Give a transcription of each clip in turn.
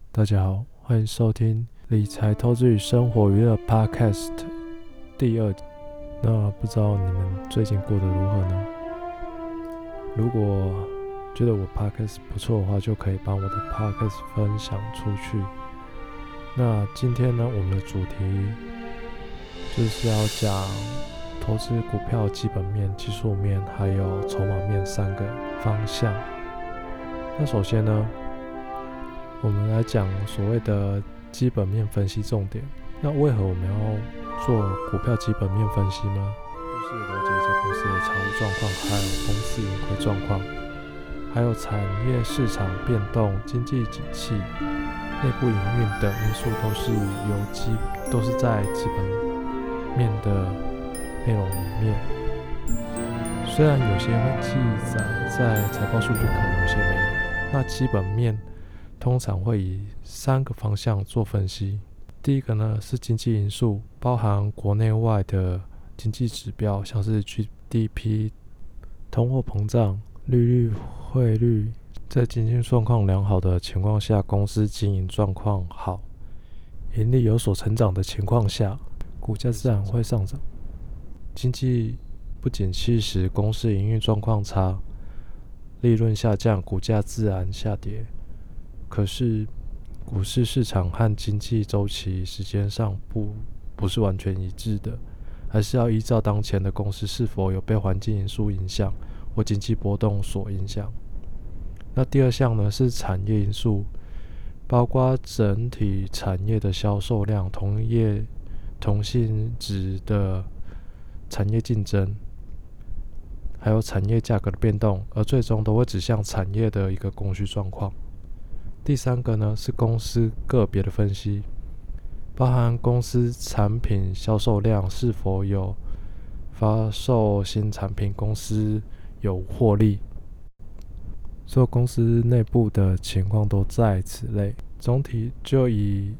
大家好，欢迎收听理财投资与生活娱乐 Podcast 第2集。那不知道你们最近过得如何呢？如果觉得我 Podcast 不错的话，就可以把我的 Podcast 分享出去。那今天呢，我们的主题就是要讲投资股票基本面、技术面还有筹码面3个方向。那首先呢，我们来讲所谓的基本面分析重点。那为何我们要做股票基本面分析呢？就是了解一家公司的财务状况，还有公司盈亏状况，还有产业市场变动、经济景气、内部营运等因素都是在基本面的内容里面。虽然有些会记载在财报数据，可能有些没有。那基本面通常会以3个方向做分析。第一个呢是经济因素，包含国内外的经济指标，像是 GDP、通货膨胀、利率、汇率。在经济状况良好的情况下，公司经营状况好，盈利有所成长的情况下，股价自然会上涨。经济不景气时，公司营运状况差，利润下降，股价自然下跌。可是股市市场和经济周期时间上不是完全一致的，还是要依照当前的公司是否有被环境因素影响或经济波动所影响。那第2项呢是产业因素，包括整体产业的销售量、同性质的产业竞争，还有产业价格的变动，而最终都会指向产业的一个供需状况。第3个呢是公司个别的分析，包含公司产品销售量是否有发售新产品，公司有获利，所有公司内部的情况都在此类。总体就以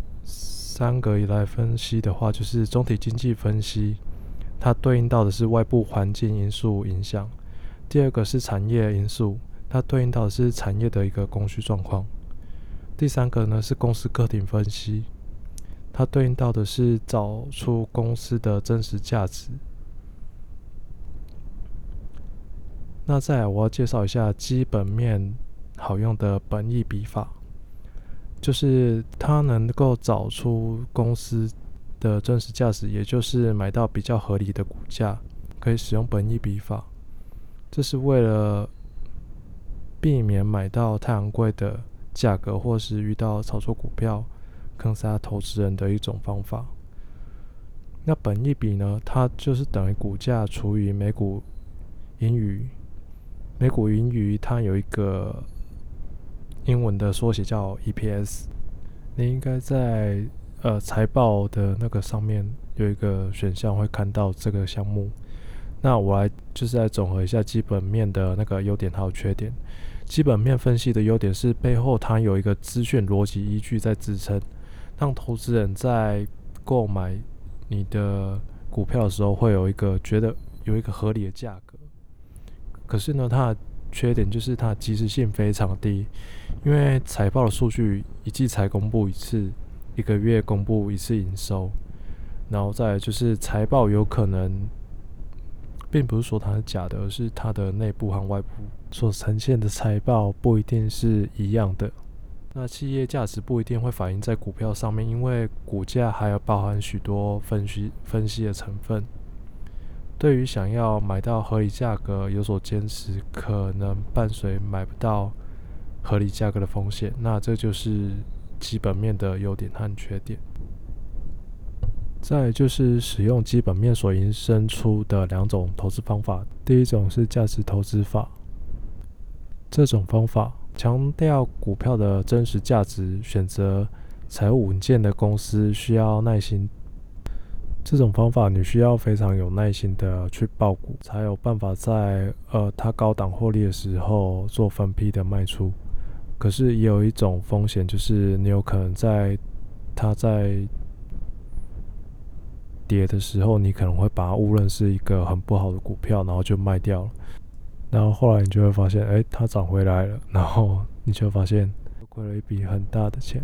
3个来分析的话，就是总体经济分析，它对应到的是外部环境因素影响。第2个是产业因素，它对应到的是产业的一个供需状况。第3个呢是公司个体分析，它对应到的是找出公司的真实价值。那再来我要介绍一下基本面好用的本益比法，就是它能够找出公司的真实价值，也就是买到比较合理的股价，可以使用本益比法。这是为了避免买到太昂贵的价格，或是遇到炒作股票坑杀投资人的一种方法。那本益比呢，它就是等于股价除以每股盈余。每股盈余它有一个英文的缩写叫 EPS， 你应该在财报的那个上面有一个选项会看到这个项目。那我就是来总合一下基本面的那个优点还有缺点。基本面分析的优点是背后它有一个资讯逻辑依据在支撑，让投资人在购买你的股票的时候会觉得有一个合理的价格。可是呢，它的缺点就是它的及时性非常低，因为财报的数据一季才公布一次，1个月公布一次营收，然后再来就是财报有可能并不是说它是假的，而是它的内部和外部所呈现的财报不一定是一样的。那企业价值不一定会反映在股票上面，因为股价还有包含许多分析的成分。对于想要买到合理价格有所坚持，可能伴随买不到合理价格的风险。那这就是基本面的优点和缺点。再来就是使用基本面所引申出的2种投资方法。第一种是价值投资法，这种方法强调股票的真实价值，选择财务稳健的公司需要耐心。这种方法你需要非常有耐心的去抱股，才有办法在它高档获利的时候做分批的卖出。可是也有一种风险，就是你有可能它在跌的时候，你可能会把它误认是一个很不好的股票，然后就卖掉了。然后后来你就会发现，它涨回来了，然后你就会发现亏了一笔很大的钱。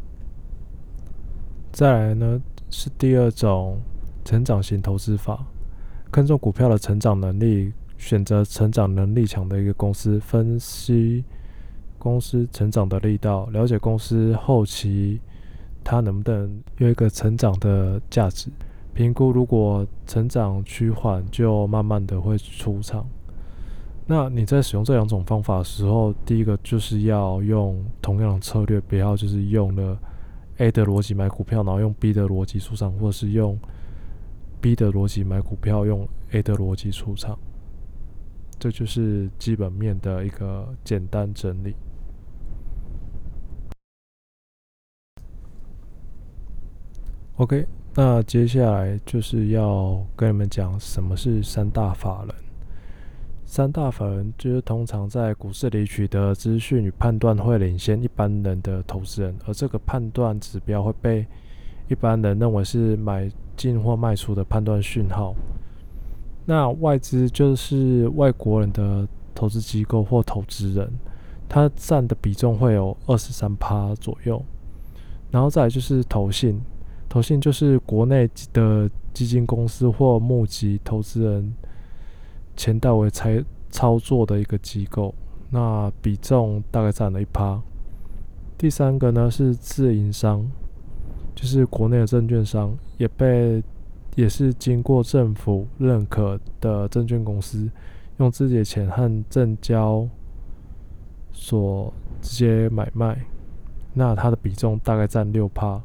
再来呢是第二种成长型投资法，看重股票的成长能力，选择成长能力强的一个公司，分析公司成长的力道，了解公司后期它能不能有一个成长的价值，评估如果成长趋缓就慢慢的会出场。那你在使用这两种方法的时候，第一个就是要用同样的策略，不要就是用了 A 的逻辑买股票，然后用 B 的逻辑出场，或者是用 B 的逻辑买股票，用 A 的逻辑出场。这就是基本面的一个简单整理。OK， 那接下来就是要跟你们讲什么是三大法人。三大法人就是通常在股市里取得资讯与判断会领先一般人的投资人，而这个判断指标会被一般人认为是买进或卖出的判断讯号。那外资就是外国人的投资机构或投资人，它占的比重会有 23% 左右。然后再来就是投信，投信就是国内的基金公司或募集投资人钱袋为操作的一个机构，那比重大概占了1%。第三个呢是自营商，就是国内的证券商，也是经过政府认可的证券公司，用自己的钱和证交所直接买卖，那它的比重大概占6%。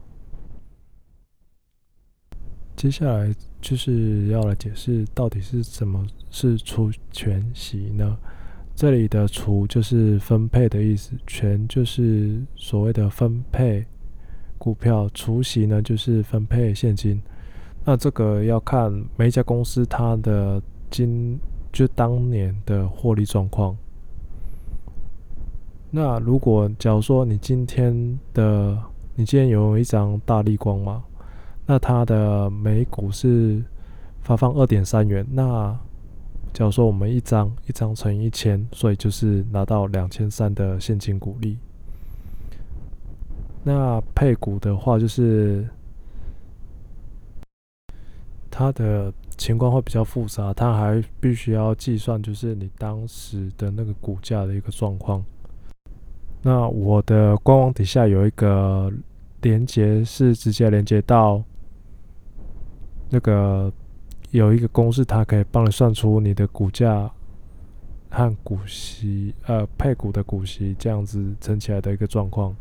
接下来就是要来解释到底是什么是除权息呢？这里的除就是分配的意思，权就是所谓的分配股票，除息呢就是分配现金。那这个要看每一家公司它的就当年的获利状况。那如果假如说你今天有一张大立光嘛，那它的每股是发放 2.3 元，那假如说我们一张乘以1000，所以就是拿到2300的现金股利。那配股的话，就是它的情况会比较复杂，它还必须要计算就是你当时的那个股价的一个状况。那我的官网底下有一个连结，是直接连接到那个有一个公式，它可以帮你算出你的股价和股息配股的股息这样子乘起来的一个状况。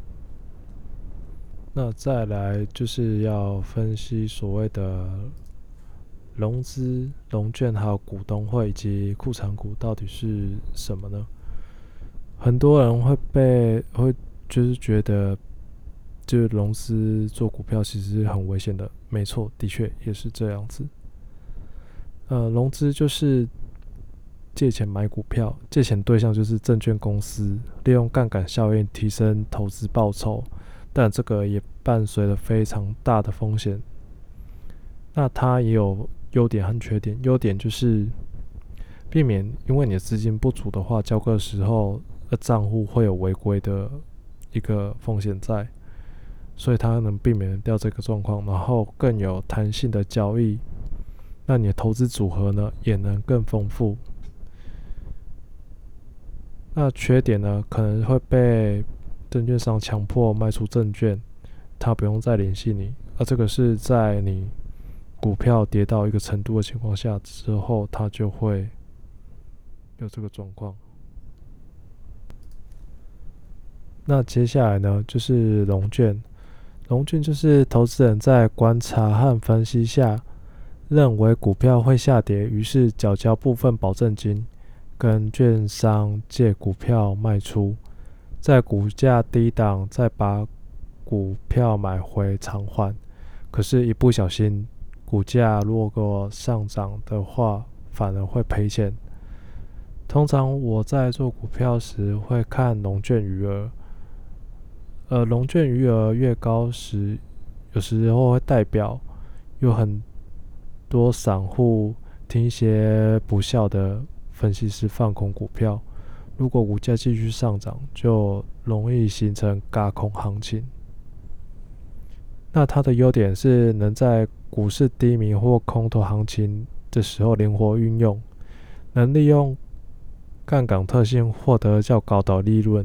那再来就是要分析所谓的融资、融券还有股东会以及库藏股到底是什么呢？很多人会就是觉得就是融资做股票其实是很危险的，没错，的确也是这样子。融资就是借钱买股票，借钱对象就是证券公司，利用杠杆效应提升投资报酬，但这个也伴随了非常大的风险。那它也有优点和缺点，优点就是避免因为你的资金不足的话，交割的时候账户会有违规的一个风险在，所以它能避免掉这个状况，然后更有弹性的交易，那你的投资组合呢也能更丰富。那缺点呢，可能会被证券商强迫卖出证券，他不用再联系你，这个是在你股票跌到一个程度的情况下之后，它就会有这个状况。那接下来呢，就是融券。融券就是投资人在观察和分析下，认为股票会下跌，于是缴交部分保证金，跟券商借股票卖出，在股价低档再把股票买回偿还。可是，一不小心，股价如果上涨的话，反而会赔钱。通常我在做股票时会看融券余额，融券余额越高时，有时候会代表有很多散户听一些不肖的分析师放空股票， 如果股价继续上涨，就容易形成軋空行情。那它的优点是能在股市低迷或空头行情的时候灵活运用，能利用杠杆特性获得较高的利润，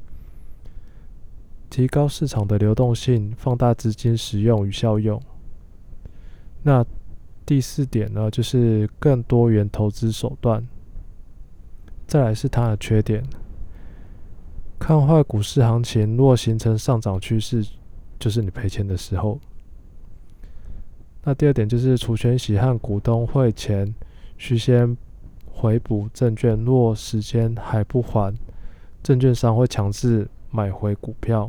提高市场的流动性，放大资金使用与效用。那第4点呢，就是更多元投资手段。再来是它的缺点，看坏股市行情，若形成上涨趋势，就是你赔钱的时候。那第2点就是除权息和股东会前需先回补证券，若时间还不还，证券商会强制买回股票。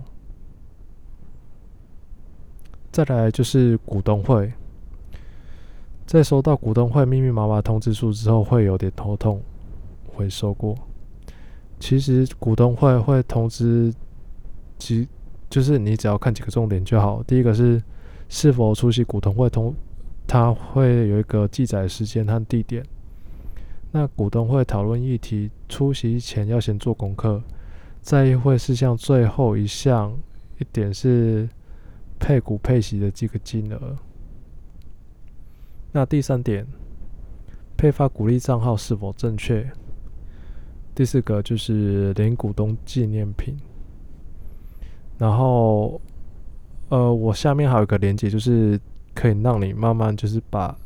再来就是股东会，在收到股东会密密麻麻通知书之后，会有点头痛。回收过，其实股东会会通知，就是你只要看几个重点就好。第一个是否出席股东会它会有一个记载时间和地点。那股东会讨论议题，出席前要先做功课。在议会事项最后一点是配股配息的这个金额。那第3点，配发股利账号是否正确？第4个就是领股东纪念品。然后我下面还有一个连结，就是可以让你慢慢就是把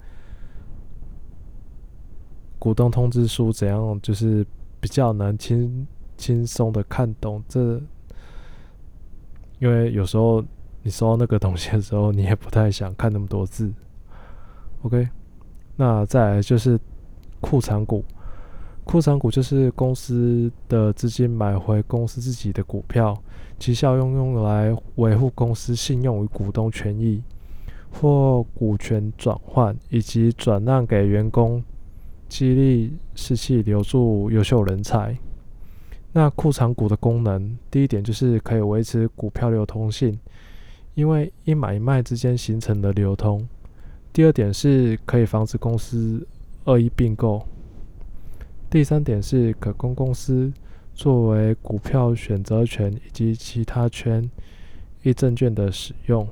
股东通知书怎样就是比较能轻松的看懂。因为有时候你收到那个东西的时候，你也不太想看那么多字。OK， 那再来就是库藏股。库藏股就是公司的资金买回公司自己的股票，其效用来维护公司信用与股东权益，或股权转换，以及转让给员工，激励士气，留住优秀人才。那库藏股的功能，第1点就是可以维持股票流通性，因为一买一卖之间形成的流通。第2点是可以防止公司恶意并购。第3点是可供公司作为股票选择权以及其他权益证券的使用。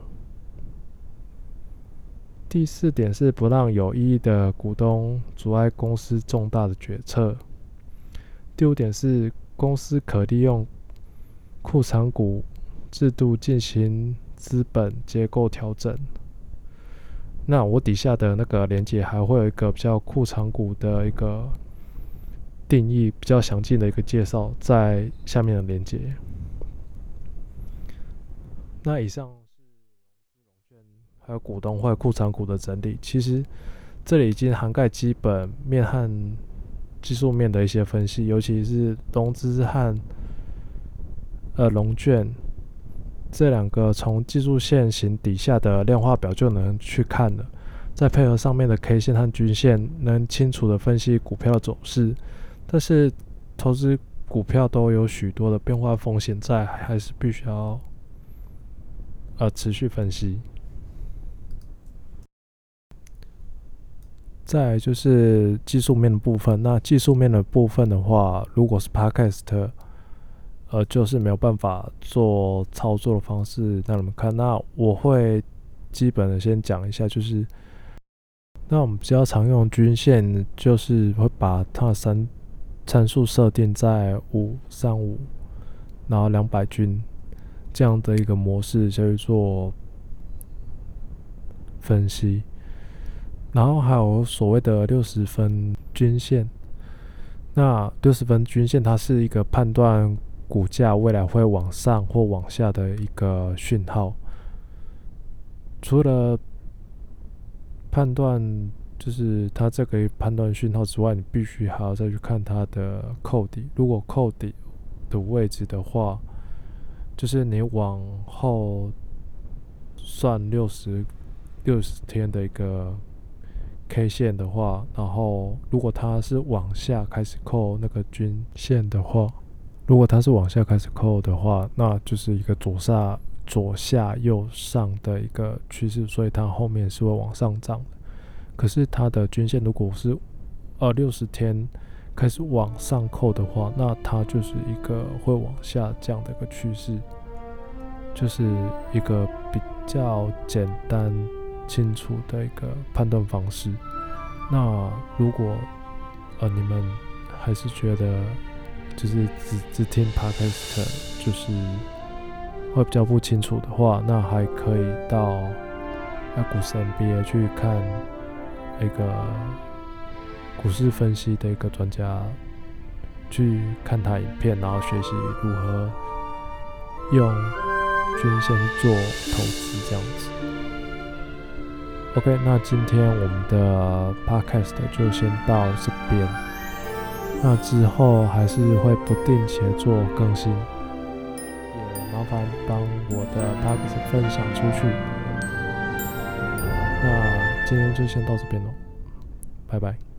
第4点是不让有异议的股东阻碍公司重大的决策。第5点是公司可利用库藏股制度进行资本结构调整。那我底下的那个连结还会有一个比较库藏股的一个定义，比较详尽的一个介绍，在下面的连结。那以上是融券还有股东会库藏股的整理，其实这里已经涵盖基本面和技术面的一些分析，尤其是融资和融券这2个，从技术线型底下的量化表就能去看了，再配合上面的 K 线和均线，能清楚的分析股票的走势。但是投资股票都有许多的变化风险在，还是必须要持续分析。再来就是技术面的部分。那技术面的部分的话，如果是 Podcast，就是没有办法做操作的方式让你们看。那我会基本的先讲一下，就是那我们比较常用均线，就是会把它的参数设定在535，然后200均这样的一个模式下去做分析。然后还有所谓的60分均线。那60分均线它是一个判断股价未来会往上或往下的一个讯号。除了判断就是它这个判断讯号之外，你必须还要再去看它的扣底。如果扣底的位置的话，就是你往后算60天的一个 K 线的话，然后如果它是往下开始扣那个均线的话，那就是一个左下右上的一个趋势，所以它后面是会往上涨的。可是它的均线如果是60天开始往上扣的话，那它就是一个会往下降的一个趋势，就是一个比较简单清楚的一个判断方式。那如果你们还是觉得就是只听 podcast 就是会比较不清楚的话，那还可以到股市 MBA 去看一个股市分析的一个专家，去看他影片，然后学习如何用均线去做投资这样子。OK， 那今天我们的 podcast 就先到这边。那之后还是会不定期做更新，也麻烦帮我的 podcast 分享出去。那今天就先到这边咯，拜拜。